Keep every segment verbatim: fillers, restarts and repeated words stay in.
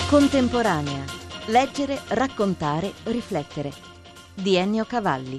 Contemporanea. Leggere, raccontare, riflettere. Di Ennio Cavalli.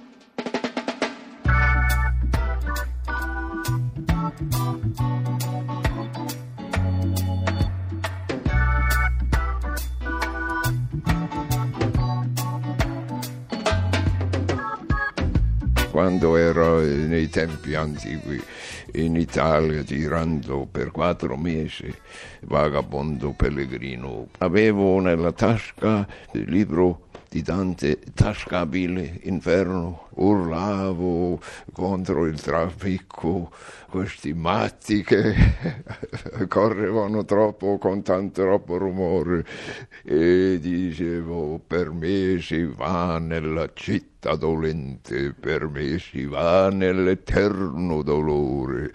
Quando ero nei tempi antichi in Italia, girando per quattro mesi, vagabondo pellegrino, avevo nella tasca il libro di Dante, Tascabile Inferno. Urlavo contro il traffico, questi matti che correvano troppo con tanto troppo rumore, e dicevo: per me si va nella città dolente, per me si va nell'eterno dolore,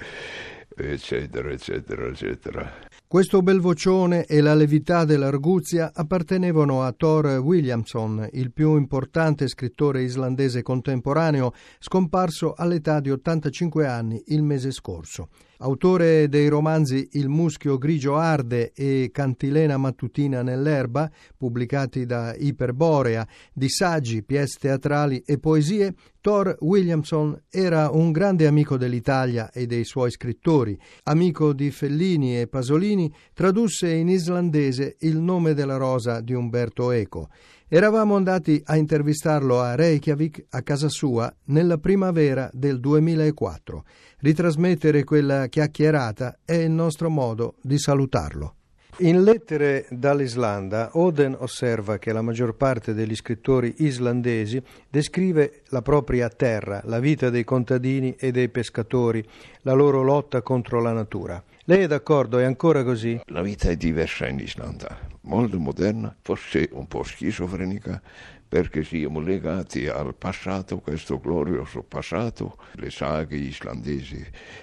eccetera eccetera eccetera. Questo bel vocione e la levità dell'arguzia appartenevano a Thor Williamson, il più importante scrittore islandese contemporaneo, scomparso all'età di ottantacinque anni il mese scorso. Autore dei romanzi Il muschio grigio arde e Cantilena mattutina nell'erba, pubblicati da Iperborea, di saggi, pièce teatrali e poesie, Thor Williamson era un grande amico dell'Italia e dei suoi scrittori. Amico di Fellini e Pasolini, tradusse in islandese Il nome della rosa di Umberto Eco. Eravamo andati a intervistarlo a Reykjavik, a casa sua, nella primavera del duemilaquattro. Ritrasmettere quella chiacchierata è il nostro modo di salutarlo. In Lettere dall'Islanda, Oden osserva che la maggior parte degli scrittori islandesi descrive la propria terra, la vita dei contadini e dei pescatori, la loro lotta contro la natura. Lei è d'accordo? È ancora così? La vita è diversa in Islanda, molto moderna, forse un po' schizofrenica, perché siamo legati al passato, questo glorioso passato, le saghe islandesi,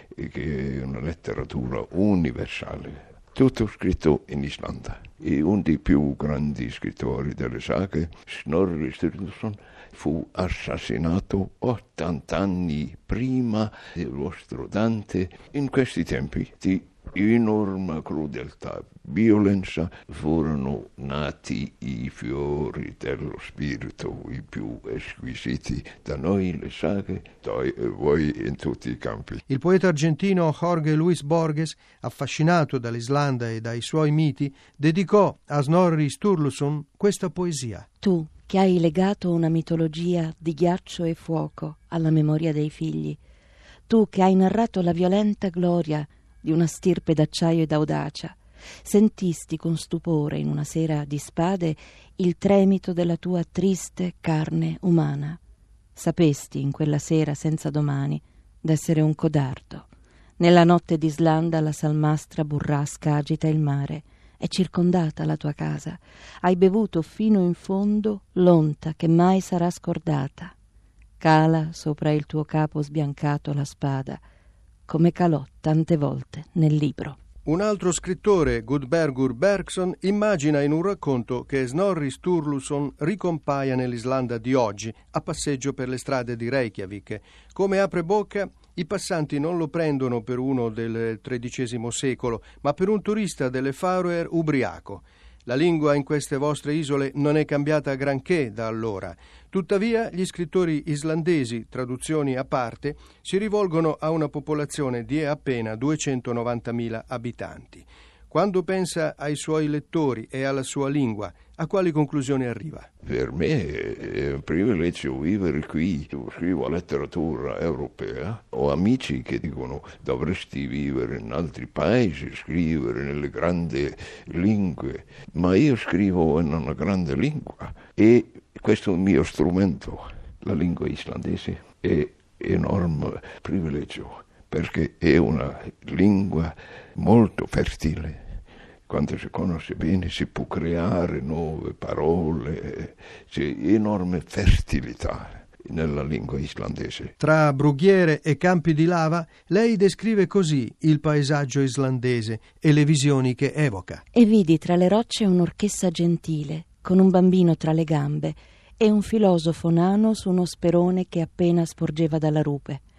che è una letteratura universale. Tutto scritto in Islanda. E uno dei più grandi scrittori delle saghe, Snorri Sturluson, fu assassinato ottanta anni prima del vostro Dante. In questi tempi di enorme crudeltà, violenza, furono nati i fiori dello spirito, i più esquisiti, da noi le saghe, da voi in tutti i campi. Il poeta argentino Jorge Luis Borges, affascinato dall'Islanda e dai suoi miti, dedicò a Snorri Sturluson questa poesia. Tu, che hai legato una mitologia di ghiaccio e fuoco alla memoria dei figli, tu che hai narrato la violenta gloria di una stirpe d'acciaio ed audacia, sentisti con stupore in una sera di spade il tremito della tua triste carne umana. Sapesti in quella sera senza domani d'essere un codardo. Nella notte d'Islanda la salmastra burrasca agita il mare, è circondata la tua casa, hai bevuto fino in fondo l'onta che mai sarà scordata. Cala sopra il tuo capo sbiancato la spada, come calò tante volte nel libro. Un altro scrittore, Gudbergur Bergson, immagina in un racconto che Snorri Sturluson ricompaia nell'Islanda di oggi, a passeggio per le strade di Reykjavik. Come apre bocca, i passanti non lo prendono per uno del tredicesimo secolo, ma per un turista delle Faroe ubriaco. La lingua in queste vostre isole non è cambiata granché da allora. Tuttavia, gli scrittori islandesi, traduzioni a parte, si rivolgono a una popolazione di appena duecentonovantamila abitanti. Quando pensa ai suoi lettori e alla sua lingua, a quali conclusioni arriva? Per me è un privilegio vivere qui. Io scrivo letteratura europea. Ho amici che dicono: dovresti vivere in altri paesi, scrivere nelle grandi lingue. Ma io scrivo in una grande lingua e questo è il mio strumento. La lingua islandese è un enorme privilegio perché è una lingua molto fertile. Quando si conosce bene si può creare nuove parole, c'è enorme fertilità nella lingua islandese. Tra brughiere e campi di lava, lei descrive così il paesaggio islandese e le visioni che evoca. E vidi tra le rocce un'orchessa gentile, con un bambino tra le gambe, e un filosofo nano su uno sperone che appena sporgeva dalla rupe.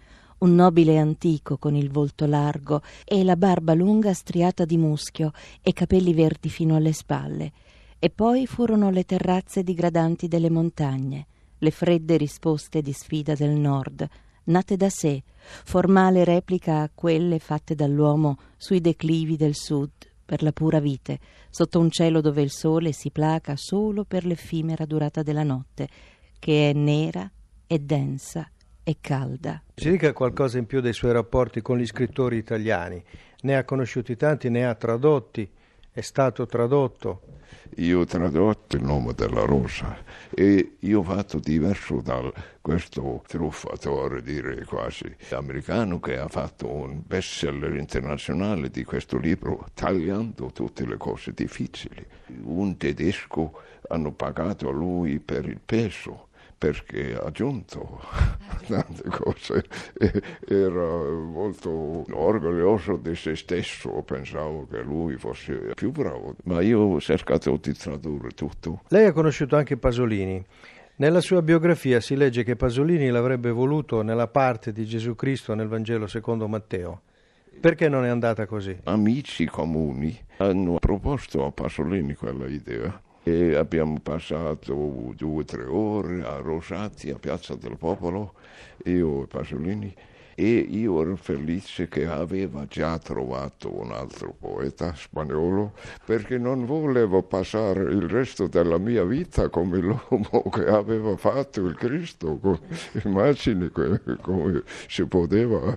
un nobile antico con il volto largo e la barba lunga striata di muschio e capelli verdi fino alle spalle. E poi furono le terrazze digradanti delle montagne, le fredde risposte di sfida del nord, nate da sé, formale replica a quelle fatte dall'uomo sui declivi del sud, per la pura vite, sotto un cielo dove il sole si placa solo per l'effimera durata della notte, che è nera e densa e calda. Ci dica qualcosa in più dei suoi rapporti con gli scrittori italiani. Ne ha conosciuti tanti, ne ha tradotti, è stato tradotto. Io ho tradotto Il nome della rosa e io ho fatto diverso da questo truffatore, direi quasi, americano che ha fatto un bestseller internazionale di questo libro tagliando tutte le cose difficili. Un tedesco hanno pagato a lui per il peso, perché ha aggiunto tante cose, e era molto orgoglioso di se stesso, pensavo che lui fosse più bravo, ma io ho cercato di tradurre tutto. Lei ha conosciuto anche Pasolini. Nella sua biografia si legge che Pasolini l'avrebbe voluto nella parte di Gesù Cristo nel Vangelo secondo Matteo. Perché non è andata così? Amici comuni hanno proposto a Pasolini quella idea. E abbiamo passato due o tre ore a Rosati, a Piazza del Popolo, io e Pasolini, e io ero felice che aveva già trovato un altro poeta spagnolo, perché non volevo passare il resto della mia vita come l'uomo che aveva fatto il Cristo. Immagini come si poteva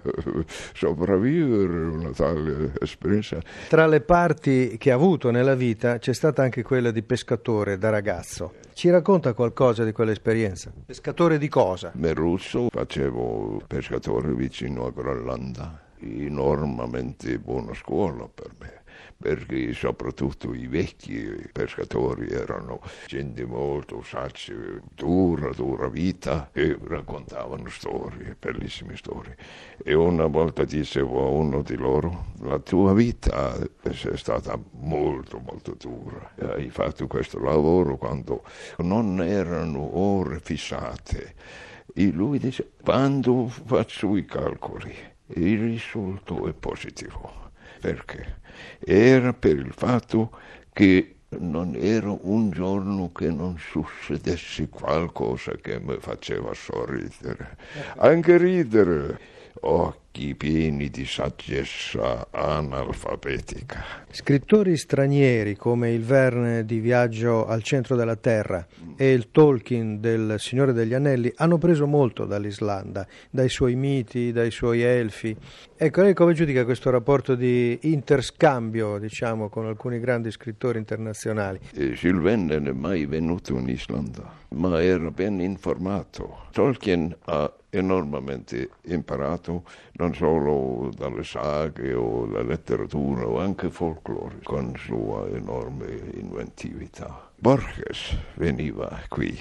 sopravvivere una tale esperienza. Tra le parti che ha avuto nella vita c'è stata anche quella di pescatore da ragazzo. Ci racconta qualcosa di quell'esperienza? Pescatore di cosa? Merluzzo, facevo pescatore vicino a Groenlandia, enormemente buona scuola per me, perché soprattutto i vecchi pescatori erano gente molto saggia, dura, dura vita, e raccontavano storie, bellissime storie. E una volta dicevo a uno di loro: la tua vita è stata molto molto dura, hai fatto questo lavoro quando non erano ore fissate. E lui dice: quando faccio i calcoli il risultato è positivo. Perché? Era per il fatto che non era un giorno che non succedesse qualcosa che mi faceva sorridere, anche ridere. Occhi pieni di saggezza analfabetica. Scrittori stranieri come il Verne di Viaggio al centro della terra e il Tolkien del Signore degli Anelli hanno preso molto dall'Islanda, dai suoi miti, dai suoi elfi. Ecco, lei come giudica questo rapporto di interscambio, diciamo, con alcuni grandi scrittori internazionali? E Jules Verne non è mai venuto in Islanda, ma era ben informato. Tolkien ha enormemente imparato non solo dalle saghe o dalla letteratura, o anche folklore, con sua enorme inventività. Borges veniva qui,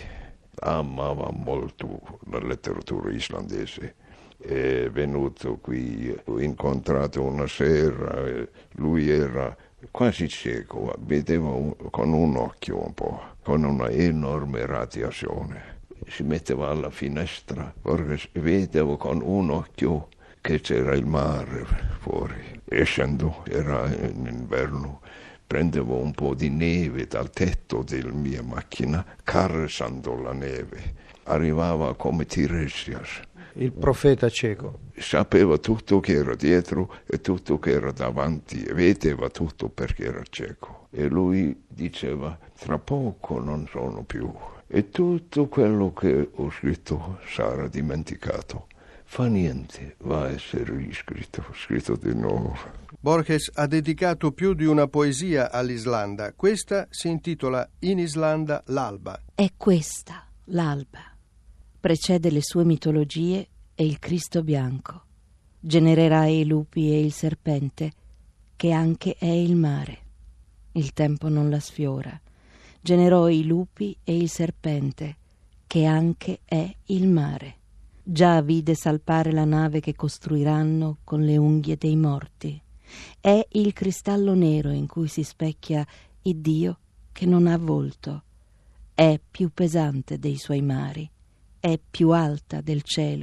amava molto la letteratura islandese. È venuto qui, ho incontrato una sera, lui era quasi cieco, vedeva un, con un occhio un po', con una enorme radiazione. Si metteva alla finestra, Borges, vedevo con un occhio che c'era il mare fuori. E scendo, era in inverno, prendevo un po' di neve dal tetto della mia macchina, caressando la neve. Arrivava come Tiresias. Il profeta cieco. Sapeva tutto che era dietro e tutto che era davanti, e vedeva tutto perché era cieco. E lui diceva: tra poco non sono più. E tutto quello che ho scritto sarà dimenticato. Fa niente, va a essere riscritto, scritto di nuovo. Borges ha dedicato più di una poesia all'Islanda. Questa si intitola In Islanda l'alba. È questa l'alba. Precede le sue mitologie e il Cristo bianco. Genererà i lupi e il serpente, che anche è il mare. Il tempo non la sfiora. Generò i lupi e il serpente, che anche è il mare. Già vide salpare la nave che costruiranno con le unghie dei morti. È il cristallo nero in cui si specchia il Dio che non ha volto. È più pesante dei suoi mari, è più alta del cielo,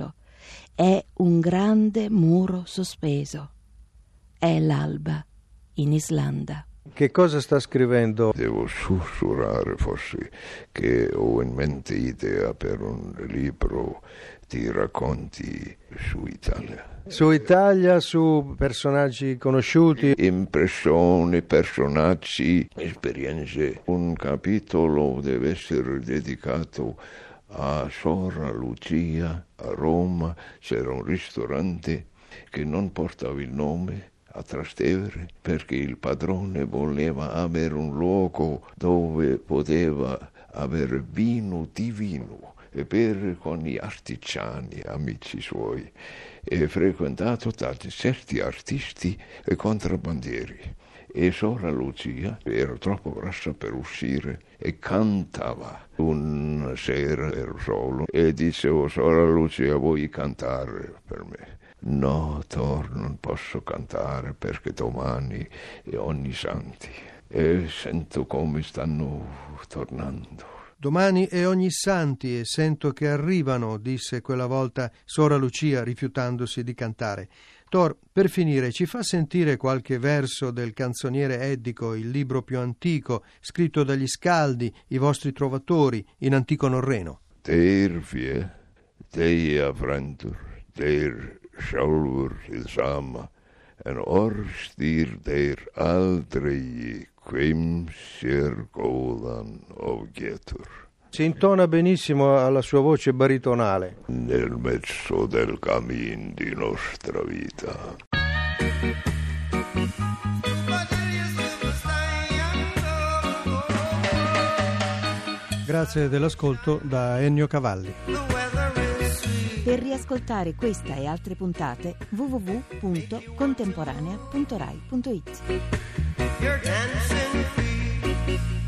È un grande muro sospeso. È l'alba in Islanda. Che cosa sta scrivendo? Devo sussurrare forse che ho in mente idea per un libro di racconti su Italia. Su Italia, su personaggi conosciuti? Impressioni, personaggi, esperienze. Un capitolo deve essere dedicato a Sora Lucia, a Roma. C'era un ristorante che non portava il nome, a Trastevere, perché il padrone voleva avere un luogo dove poteva avere vino di vino e bere con gli artigiani, amici suoi, e frequentato da certi artisti e contrabbandieri. E Sora Lucia era troppo grassa per uscire e cantava. Una sera ero solo e dicevo: Sora Lucia, vuoi cantare per me? No, Thor, non posso cantare perché domani è Ognissanti e sento come stanno tornando. Domani è Ognissanti e sento che arrivano, disse quella volta Sora Lucia rifiutandosi di cantare. Thor, per finire, ci fa sentire qualche verso del canzoniere eddico, il libro più antico, scritto dagli Scaldi, i vostri trovatori, in antico norreno. Þeir fé, deyja frændur, þeir sjálfur hið sama, en orðstýr þeir aldrei hvem sér góðan of getur. Si intona benissimo alla sua voce baritonale. Nel mezzo del cammin di nostra vita. Grazie dell'ascolto da Ennio Cavalli. Per riascoltare questa e altre puntate w w w punto contemporanea punto rai punto it.